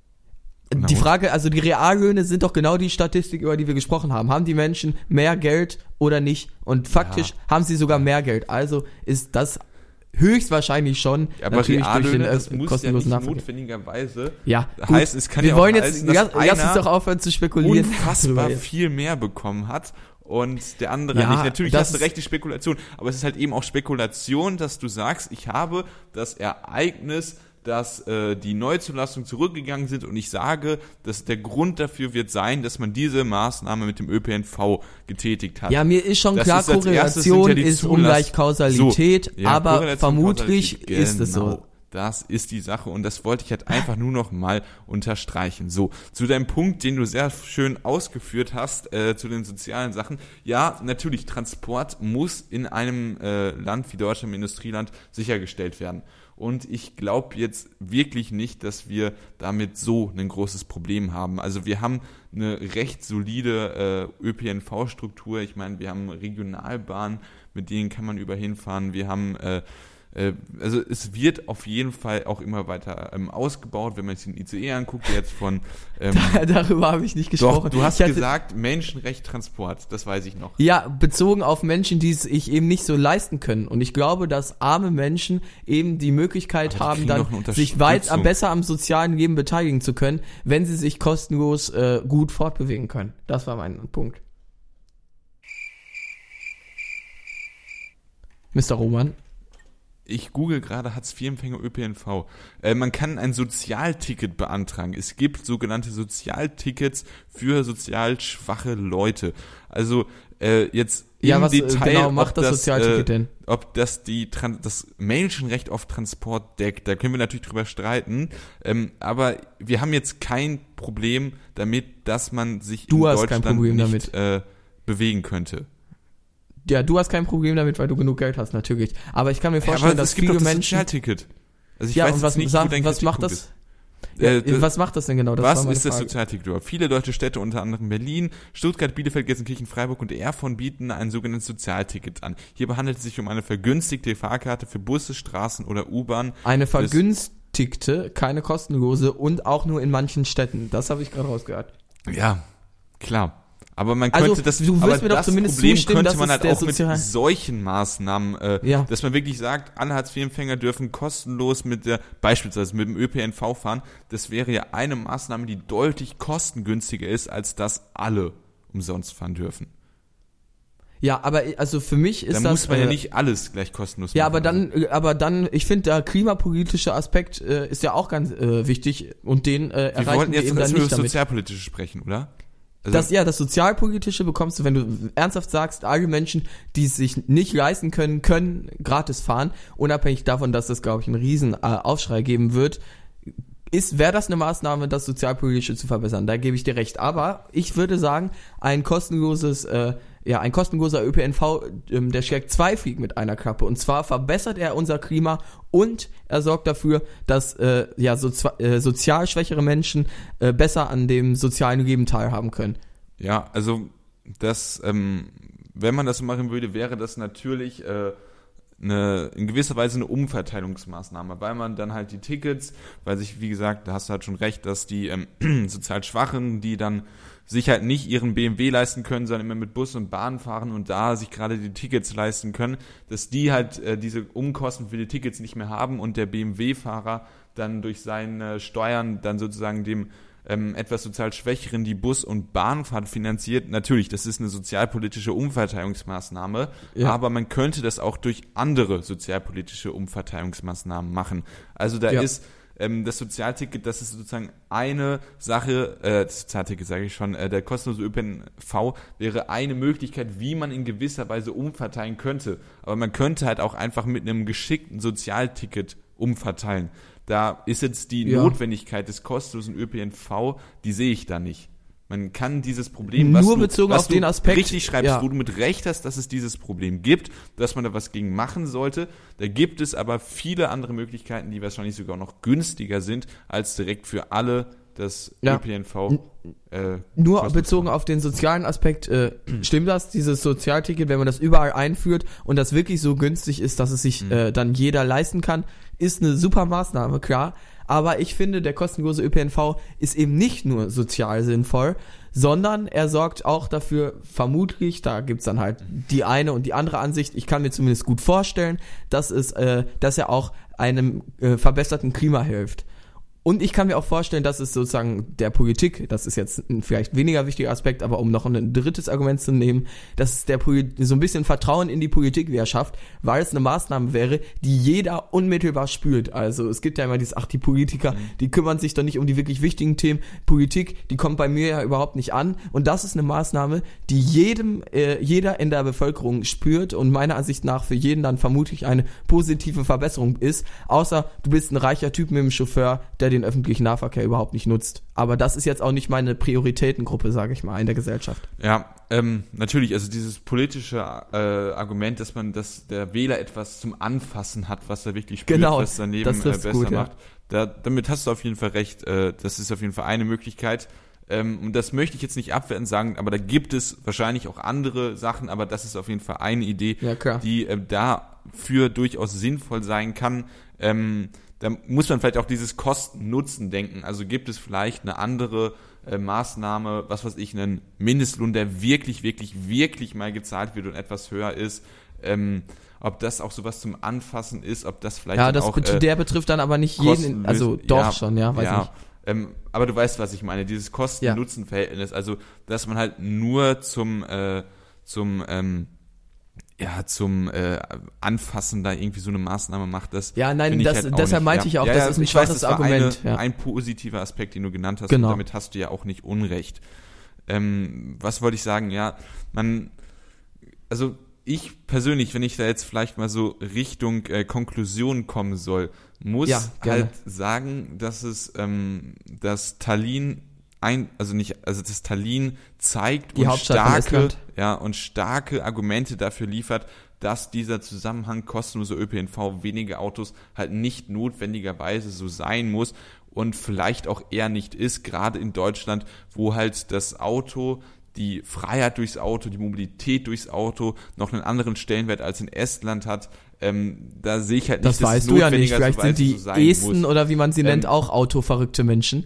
die Frage, also die Reallöhne sind doch genau die Statistik, über die wir gesprochen haben. Haben die Menschen mehr Geld oder nicht? Und faktisch ja. haben sie sogar mehr Geld. Also ist das höchstwahrscheinlich schon ja, aber natürlich Reallöne, durch den, das äh, muss ja nicht notwendigerweise ja, heißt, es kann wir ja wollen auch jetzt, heißen, dass lass, einer lass uns doch aufhören zu spekulieren. unfassbar viel mehr bekommen hat und der andere ja, nicht. Natürlich hast du recht, die Spekulation, aber es ist halt eben auch Spekulation, dass du sagst, ich habe das Ereignis, dass äh, die Neuzulassungen zurückgegangen sind und ich sage, dass der Grund dafür wird sein, dass man diese Maßnahme mit dem Ö P N V getätigt hat. Ja, mir ist schon das klar, ist Korrelation ja ist ungleich Kausalität, so, ja, aber vermutlich Kausalität, ist genau. es so. Das ist die Sache und das wollte ich halt einfach nur noch mal unterstreichen. So, zu deinem Punkt, den du sehr schön ausgeführt hast, äh, zu den sozialen Sachen. Ja, natürlich, Transport muss in einem äh, Land wie Deutschland, im Industrieland, sichergestellt werden. Und ich glaube jetzt wirklich nicht, dass wir damit so ein großes Problem haben. Also wir haben eine recht solide äh, Ö P N V-Struktur. Ich meine, wir haben Regionalbahnen, mit denen kann man überall hinfahren. Wir haben äh, äh, also es wird auf jeden Fall auch immer weiter ähm, ausgebaut, wenn man sich den I C E anguckt, der jetzt von ähm, darüber habe ich nicht gesprochen. Doch, du hast ich hatte, gesagt, Menschenrecht Transport, das weiß ich noch. Ja, bezogen auf Menschen, die es sich eben nicht so leisten können. Und ich glaube, dass arme Menschen eben die Möglichkeit Aber die haben, kriegen dann sich weit am besser am sozialen Leben beteiligen zu können, wenn sie sich kostenlos äh, gut fortbewegen können. Das war mein Punkt. Mister Roman? Ich google gerade Hartz-vier-Empfänger Ö P N V. Äh, man kann ein Sozialticket beantragen. Es gibt sogenannte Sozialtickets für sozial schwache Leute. Also äh, jetzt im ja, was Detail, genau macht ob das Sozialticket äh, denn? Ob das die Tran- das Menschenrecht auf Transport deckt, da können wir natürlich drüber streiten. Ähm, aber wir haben jetzt kein Problem damit, dass man sich du in hast Deutschland kein Problem nicht damit. Äh, bewegen könnte. Ja, du hast kein Problem damit, weil du genug Geld hast, natürlich. Aber ich kann mir vorstellen, ja, aber dass es gibt viele doch das Menschen... Sozialticket. Also ich ja, weiß und was, nicht, sag, wo dein was macht das? Ist. Ja, Äh, das, was macht das denn genau? Das was war meine ist das Frage. Sozialticket? Viele deutsche Städte, unter anderem Berlin, Stuttgart, Bielefeld, Gelsenkirchen, Freiburg und Erfurt bieten ein sogenanntes Sozialticket an. Hierbei handelt es sich um eine vergünstigte Fahrkarte für Busse, Straßen oder U-Bahn. Eine vergünstigte, keine kostenlose und auch nur in manchen Städten. Das habe ich gerade rausgehört. Ja, klar. Aber man könnte also, das, du aber mir doch das zumindest Problem zustimmen, könnte man dass halt es auch der mit Sozial- solchen Maßnahmen, äh, ja. dass man wirklich sagt, alle Hartz-vier-Empfänger dürfen kostenlos mit der, beispielsweise mit dem Ö P N V fahren. Das wäre ja eine Maßnahme, die deutlich kostengünstiger ist, als dass alle umsonst fahren dürfen. Ja, aber also für mich ist Dann das... muss man äh, ja nicht alles gleich kostenlos Ja, machen. aber dann, aber dann, ich finde, der klimapolitische Aspekt äh, ist ja auch ganz äh, wichtig und den äh, wir erreichen wollten wir jetzt eben dann über nicht das damit. Sozialpolitische sprechen, oder? Also, Das, ja, das Sozialpolitische bekommst du, wenn du ernsthaft sagst, alle Menschen, die es sich nicht leisten können, können gratis fahren, unabhängig davon, dass das, glaube ich, einen riesen äh, Aufschrei geben wird. Ist, wäre das eine Maßnahme, das Sozialpolitische zu verbessern? Da gebe ich dir recht. Aber ich würde sagen, ein kostenloses, äh, ja, ein kostenloser Ö P N V, ähm, der schlägt zwei Fliegen mit einer Klappe. Und zwar verbessert er unser Klima und er sorgt dafür, dass äh, ja so, äh, sozial schwächere Menschen äh, besser an dem sozialen Leben teilhaben können. Ja, also das, ähm, wenn man das so machen würde, wäre das natürlich äh, eine, in gewisser Weise eine Umverteilungsmaßnahme, weil man dann halt die Tickets, weil sich, wie gesagt, da hast du halt schon recht, dass die ähm, sozial Schwachen, die dann sich halt nicht ihren B M W leisten können, sondern immer mit Bus und Bahn fahren und da sich gerade die Tickets leisten können, dass die halt äh, diese Umkosten für die Tickets nicht mehr haben und der B M W-Fahrer dann durch seine Steuern dann sozusagen dem ähm, etwas sozial Schwächeren die Bus- und Bahnfahrt finanziert. Natürlich, das ist eine sozialpolitische Umverteilungsmaßnahme, Ja. aber man könnte das auch durch andere sozialpolitische Umverteilungsmaßnahmen machen. Also da Ja. ist ähm, das Sozialticket, das ist sozusagen eine Sache, äh, das Sozialticket sage ich schon, äh, der kostenlose Ö P N V wäre eine Möglichkeit, wie man in gewisser Weise umverteilen könnte. Aber man könnte halt auch einfach mit einem geschickten Sozialticket umverteilen. Da ist jetzt die Ja. Notwendigkeit des kostenlosen Ö P N V, die sehe ich da nicht. Man kann dieses Problem, Nur was du, bezogen was auf du den Aspekt, richtig schreibst, ja. wo du mit Recht hast, dass es dieses Problem gibt, dass man da was gegen machen sollte. Da gibt es aber viele andere Möglichkeiten, die wahrscheinlich sogar noch günstiger sind, als direkt für alle das Ja. Ö P N V. Äh, Nur kostenlos bezogen machen. auf den sozialen Aspekt, äh, stimmt das, dieses Sozialticket, wenn man das überall einführt und das wirklich so günstig ist, dass es sich Mhm. äh, dann jeder leisten kann, ist eine super Maßnahme, klar. Aber ich finde, der kostenlose Ö P N V ist eben nicht nur sozial sinnvoll, sondern er sorgt auch dafür, vermutlich, da gibt's dann halt die eine und die andere Ansicht, ich kann mir zumindest gut vorstellen, dass es, äh, dass er auch einem äh, verbesserten Klima hilft. Und ich kann mir auch vorstellen, dass es sozusagen der Politik, das ist jetzt ein vielleicht weniger wichtiger Aspekt, aber um noch ein drittes Argument zu nehmen, dass es der Poli- so ein bisschen Vertrauen in die Politik wieder schafft, weil es eine Maßnahme wäre, die jeder unmittelbar spürt. Also es gibt ja immer dieses, ach, die Politiker, die kümmern sich doch nicht um die wirklich wichtigen Themen. Politik, die kommt bei mir ja überhaupt nicht an. Und das ist eine Maßnahme, die jedem, äh, jeder in der Bevölkerung spürt und meiner Ansicht nach für jeden dann vermutlich eine positive Verbesserung ist. Außer du bist ein reicher Typ mit einem Chauffeur, der den öffentlichen Nahverkehr überhaupt nicht nutzt. Aber das ist jetzt auch nicht meine Prioritätengruppe, sage ich mal, in der Gesellschaft. Ja, ähm, natürlich, also dieses politische äh, Argument, dass man, dass der Wähler etwas zum Anfassen hat, was er wirklich spürt, Genau, was sein Leben das äh, trifft's besser gut, ja. macht. Da, damit hast du auf jeden Fall recht. Äh, das ist auf jeden Fall eine Möglichkeit. Ähm, und das möchte ich jetzt nicht abwertend sagen, aber da gibt es wahrscheinlich auch andere Sachen, aber das ist auf jeden Fall eine Idee, Ja, klar. die äh, dafür durchaus sinnvoll sein kann. Ähm, da muss man vielleicht auch dieses Kosten-Nutzen denken. Also gibt es vielleicht eine andere äh, Maßnahme, was weiß ich, einen Mindestlohn, der wirklich, wirklich, wirklich mal gezahlt wird und etwas höher ist. Ähm, ob das auch sowas zum Anfassen ist, ob das vielleicht Ja, dann das auch bet- äh, der betrifft dann aber nicht jeden, kostenlös- also doch ja, schon, ja, weiß ja. nicht. Ähm, aber du weißt, was ich meine, dieses Kosten-Nutzen-Verhältnis, also dass man halt nur zum äh, zum ähm, ja zum äh, Anfassen da irgendwie so eine Maßnahme macht, das Ja, nein, finde ich das, halt auch deshalb nicht, meinte ja. ich auch, ja, das ja, ist ein ich weiß, schwaches das war Argument. Eine, ja. ein positiver Aspekt, den du genannt hast, Genau. und damit hast du ja auch nicht Unrecht. Ähm, was wollte ich sagen? Ja, man, also ich persönlich, wenn ich da jetzt vielleicht mal so Richtung äh, Konklusion kommen soll, muss Ja, gerne. halt sagen, dass es ähm, dass Tallinn ein, also nicht, also das Tallinn zeigt Die und Hauptstadt von starke, Estland. ja, und starke Argumente dafür liefert, dass dieser Zusammenhang kostenloser Ö P N V, weniger Autos halt nicht notwendigerweise so sein muss und vielleicht auch eher nicht ist, gerade in Deutschland, wo halt das Auto, die Freiheit durchs Auto, die Mobilität durchs Auto noch einen anderen Stellenwert als in Estland hat. Ähm, da sehe ich halt nicht, Das dass weißt es du ja nicht. notwendigerweise Vielleicht sind die so sein Esten muss. oder wie man sie Ähm, nennt, auch autoverrückte Menschen.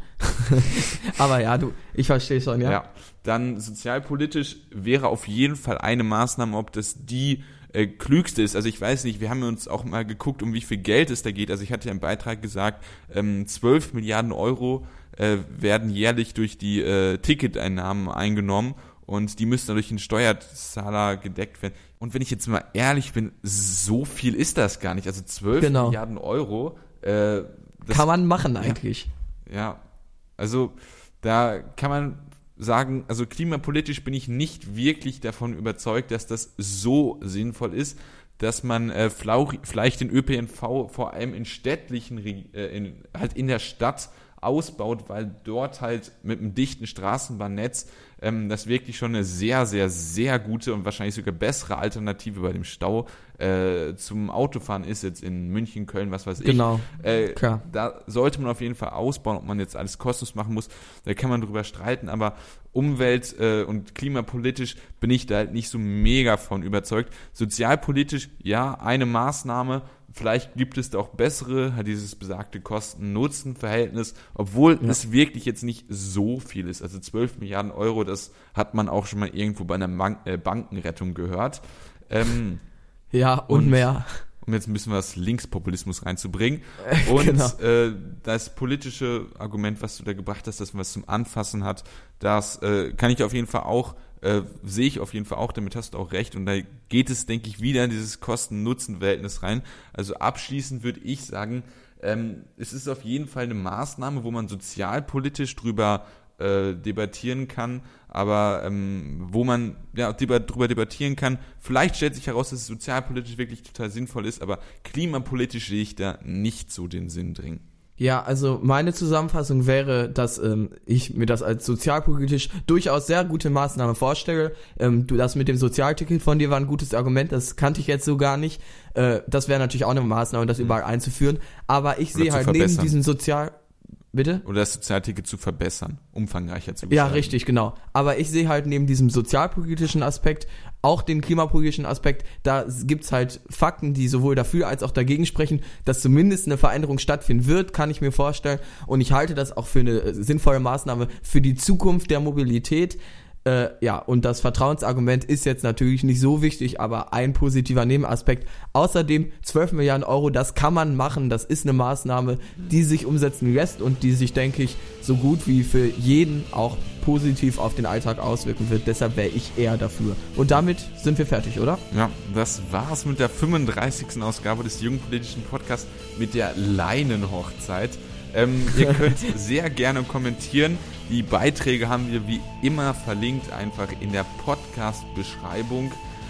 Aber ja, du, ich verstehe schon, ja. Ja, dann sozialpolitisch wäre auf jeden Fall eine Maßnahme, ob das die äh, klügste ist. Also ich weiß nicht, wir haben uns auch mal geguckt, um wie viel Geld es da geht. Also ich hatte ja im Beitrag gesagt, ähm, zwölf Milliarden Euro äh, werden jährlich durch die äh, Ticketeinnahmen eingenommen und die müssen dann durch den Steuerzahler gedeckt werden. Und wenn ich jetzt mal ehrlich bin, so viel ist das gar nicht. Also zwölf Genau. Milliarden Euro. Äh, das, Kann man machen eigentlich. ja, also da kann man sagen, also klimapolitisch bin ich nicht wirklich davon überzeugt, dass das so sinnvoll ist, dass man äh, flau- vielleicht den Ö P N V vor allem in städtlichen, Reg- äh, in, halt in der Stadt ausbaut, weil dort halt mit einem dichten Straßenbahnnetz ähm, das wirklich schon eine sehr, sehr, sehr gute und wahrscheinlich sogar bessere Alternative bei dem Stau äh, zum Autofahren ist, jetzt in München, Köln, was weiß ich. Genau, Äh, klar. Da sollte man auf jeden Fall ausbauen, ob man jetzt alles kostenlos machen muss, da kann man drüber streiten, aber umwelt- äh, und klimapolitisch bin ich da halt nicht so mega von überzeugt. Sozialpolitisch, ja, eine Maßnahme, vielleicht gibt es da auch bessere, hat dieses besagte Kosten-Nutzen-Verhältnis, obwohl Ja. es wirklich jetzt nicht so viel ist. Also zwölf Milliarden Euro, das hat man auch schon mal irgendwo bei einer Bank- äh, Bankenrettung gehört. Ähm, Ja, und, Und- mehr. um jetzt ein bisschen was Linkspopulismus reinzubringen. Und Genau. äh, das politische Argument, was du da gebracht hast, dass man was zum Anfassen hat, das äh, kann ich auf jeden Fall auch, äh, sehe ich auf jeden Fall auch, damit hast du auch recht. Und da geht es, denke ich, wieder in dieses Kosten-Nutzen-Verhältnis rein. Also abschließend würde ich sagen, ähm, es ist auf jeden Fall eine Maßnahme, wo man sozialpolitisch drüber äh, debattieren kann, aber ähm, wo man ja drüber, drüber debattieren kann. Vielleicht stellt sich heraus, dass es sozialpolitisch wirklich total sinnvoll ist, aber klimapolitisch sehe ich da nicht so den Sinn drin. Ja, also meine Zusammenfassung wäre, dass ähm, ich mir das als sozialpolitisch durchaus sehr gute Maßnahme vorstelle. Ähm, du, das mit dem Sozialticket von dir war ein gutes Argument, das kannte ich jetzt so gar nicht. Äh, das wäre natürlich auch eine Maßnahme, das überall einzuführen. Aber ich Oder sehe zu halt neben verbessern. diesem Sozial... Bitte? Oder das Sozialticket zu verbessern, umfangreicher zu Ja, gestalten. richtig, genau. Aber ich sehe halt neben diesem sozialpolitischen Aspekt auch den klimapolitischen Aspekt. Da gibt's halt Fakten, die sowohl dafür als auch dagegen sprechen, dass zumindest eine Veränderung stattfinden wird, kann ich mir vorstellen. Und ich halte das auch für eine äh, sinnvolle Maßnahme für die Zukunft der Mobilität. Äh, ja, und das Vertrauensargument ist jetzt natürlich nicht so wichtig, aber ein positiver Nebenaspekt. Außerdem zwölf Milliarden Euro, das kann man machen, das ist eine Maßnahme, die sich umsetzen lässt und die sich, denke ich, so gut wie für jeden auch positiv auf den Alltag auswirken wird. Deshalb wäre ich eher dafür. Und damit sind wir fertig, oder? Ja, das war's mit der fünfunddreißigsten Ausgabe des Jugendpolitischen Podcasts mit der Leinenhochzeit. Ähm, ihr könnt sehr gerne kommentieren. Die Beiträge haben wir wie immer verlinkt, einfach in der Podcast-Beschreibung.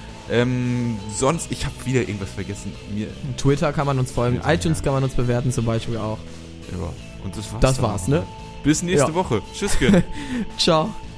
Ähm, sonst, ich habe wieder irgendwas vergessen. Mir, Twitter kann man uns folgen, Twitter, iTunes ja. kann man uns bewerten zum Beispiel auch. ja, und das war's. Das dann war's, auch. ne? Bis nächste Ja. Woche. Tschüss, Gön. Ciao.